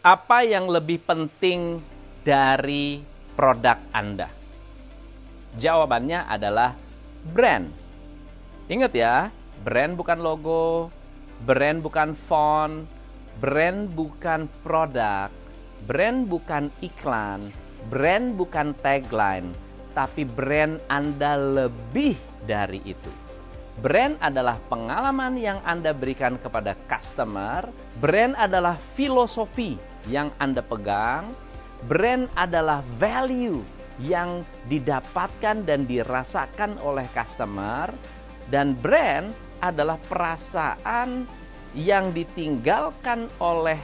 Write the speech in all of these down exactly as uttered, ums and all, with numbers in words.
Apa yang lebih penting dari produk Anda? Jawabannya adalah brand. Ingat ya, brand bukan logo, brand bukan font, brand bukan produk, brand bukan iklan, brand bukan tagline, tapi brand Anda lebih dari itu. Brand adalah pengalaman yang Anda berikan kepada customer. Brand adalah filosofi yang Anda pegang. Brand adalah value yang didapatkan dan dirasakan oleh customer. Dan brand adalah perasaan yang ditinggalkan oleh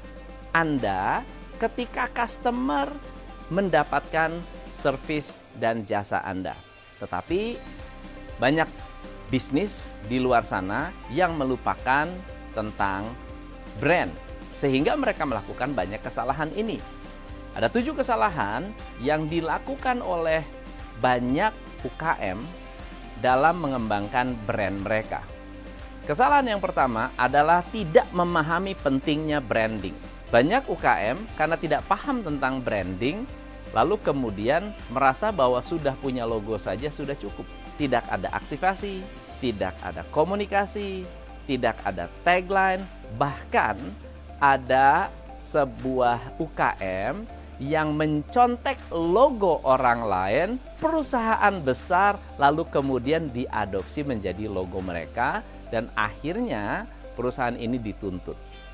Anda ketika customer mendapatkan service dan jasa Anda. Tetapi banyak bisnis di luar sana yang melupakan tentang brand, sehingga mereka melakukan banyak kesalahan ini. Ada tujuh kesalahan yang dilakukan oleh banyak U K M dalam mengembangkan brand mereka. Kesalahan yang pertama adalah tidak memahami pentingnya branding. Banyak U K M karena tidak paham tentang branding, lalu kemudian merasa bahwa sudah punya logo saja sudah cukup. Tidak ada aktivasi, tidak ada komunikasi, tidak ada tagline, bahkan ada sebuah U K M yang mencontek logo orang lain, perusahaan besar, lalu kemudian diadopsi menjadi logo mereka, dan akhirnya perusahaan ini dituntut.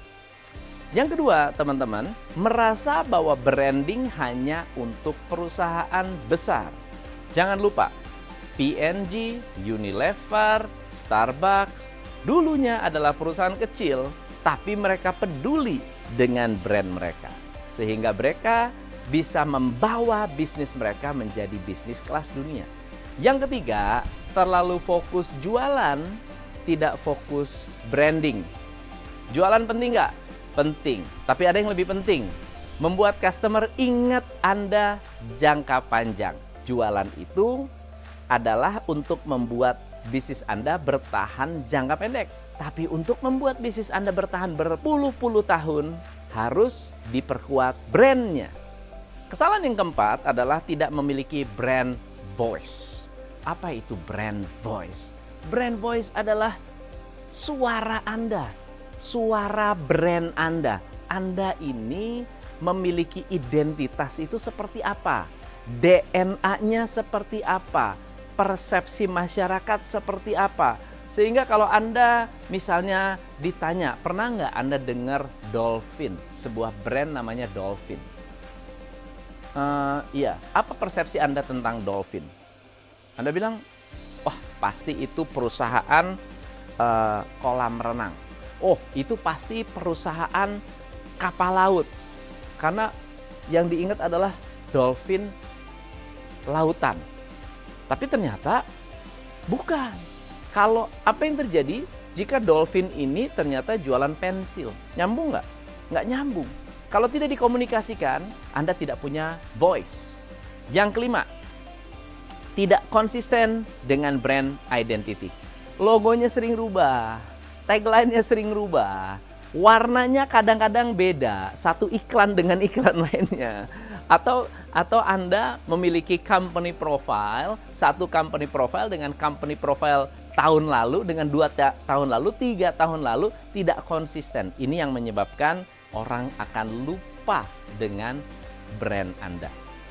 Yang kedua, teman-teman, merasa bahwa branding hanya untuk perusahaan besar. Jangan lupa, P and G, Unilever, Starbucks, dulunya adalah perusahaan kecil, tapi mereka peduli dengan brand mereka. Sehingga mereka bisa membawa bisnis mereka menjadi bisnis kelas dunia. Yang ketiga, terlalu fokus jualan, tidak fokus branding. Jualan penting nggak? Penting. Tapi ada yang lebih penting, membuat customer ingat Anda jangka panjang. Jualan itu adalah untuk membuat bisnis Anda bertahan jangka pendek. Tapi untuk membuat bisnis Anda bertahan berpuluh-puluh tahun, harus diperkuat brandnya. Kesalahan yang keempat adalah tidak memiliki brand voice. Apa itu brand voice? Brand voice adalah suara Anda, suara brand Anda. Anda ini memiliki identitas itu seperti apa? D N A-nya seperti apa? Persepsi masyarakat seperti apa? Sehingga kalau Anda misalnya ditanya, pernah nggak Anda dengar Dolphin? Sebuah brand namanya Dolphin. Uh, iya, apa persepsi Anda tentang Dolphin? Anda bilang, wah pasti itu perusahaan uh, kolam renang. Oh, itu pasti perusahaan kapal laut. Karena yang diingat adalah Dolphin lautan. Tapi ternyata bukan. Kalau apa yang terjadi jika Dolphin ini ternyata jualan pensil? Nyambung nggak? Nggak nyambung. Kalau tidak dikomunikasikan, Anda tidak punya voice. Yang kelima, tidak konsisten dengan brand identity. Logonya sering rubah, tagline-nya sering rubah, warnanya kadang-kadang beda, satu iklan dengan iklan lainnya. Atau atau Anda memiliki company profile, satu company profile dengan company profile tahun lalu, dengan dua ta- tahun lalu, tiga tahun lalu, tidak konsisten. Ini yang menyebabkan orang akan lupa dengan brand Anda.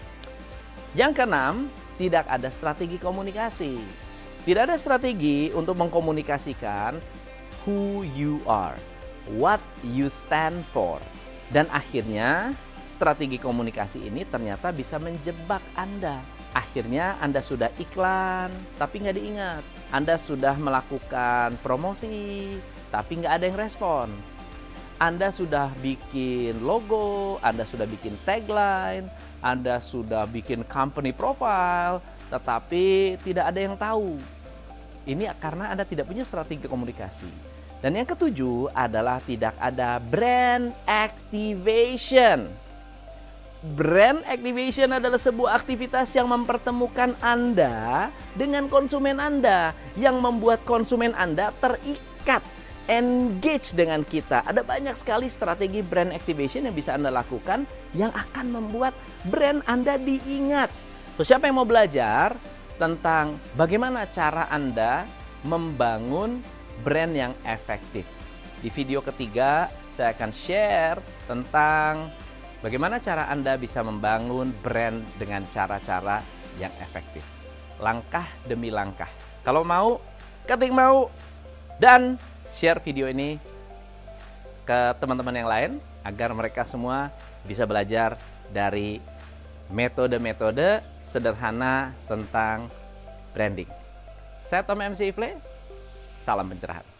Yang keenam, tidak ada strategi komunikasi. Tidak ada strategi untuk mengkomunikasikan who you are, what you stand for. Dan akhirnya strategi komunikasi ini ternyata bisa menjebak Anda. Akhirnya Anda sudah iklan, tapi nggak diingat. Anda sudah melakukan promosi, tapi nggak ada yang respon. Anda sudah bikin logo, Anda sudah bikin tagline, Anda sudah bikin company profile, tetapi tidak ada yang tahu. Ini karena Anda tidak punya strategi komunikasi. Dan yang ketujuh adalah tidak ada brand activation. Brand activation adalah sebuah aktivitas yang mempertemukan Anda dengan konsumen Anda, yang membuat konsumen Anda terikat engage dengan kita. Ada banyak sekali strategi brand activation yang bisa Anda lakukan yang akan membuat brand Anda diingat. So, siapa yang mau belajar tentang bagaimana cara Anda membangun brand yang efektif? Di video ketiga, saya akan share tentang bagaimana cara Anda bisa membangun brand dengan cara-cara yang efektif. Langkah demi langkah. Kalau mau, ketik mau, dan share video ini ke teman-teman yang lain agar mereka semua bisa belajar dari metode-metode sederhana tentang branding. Saya Tom M C Ifle, salam pencerahan.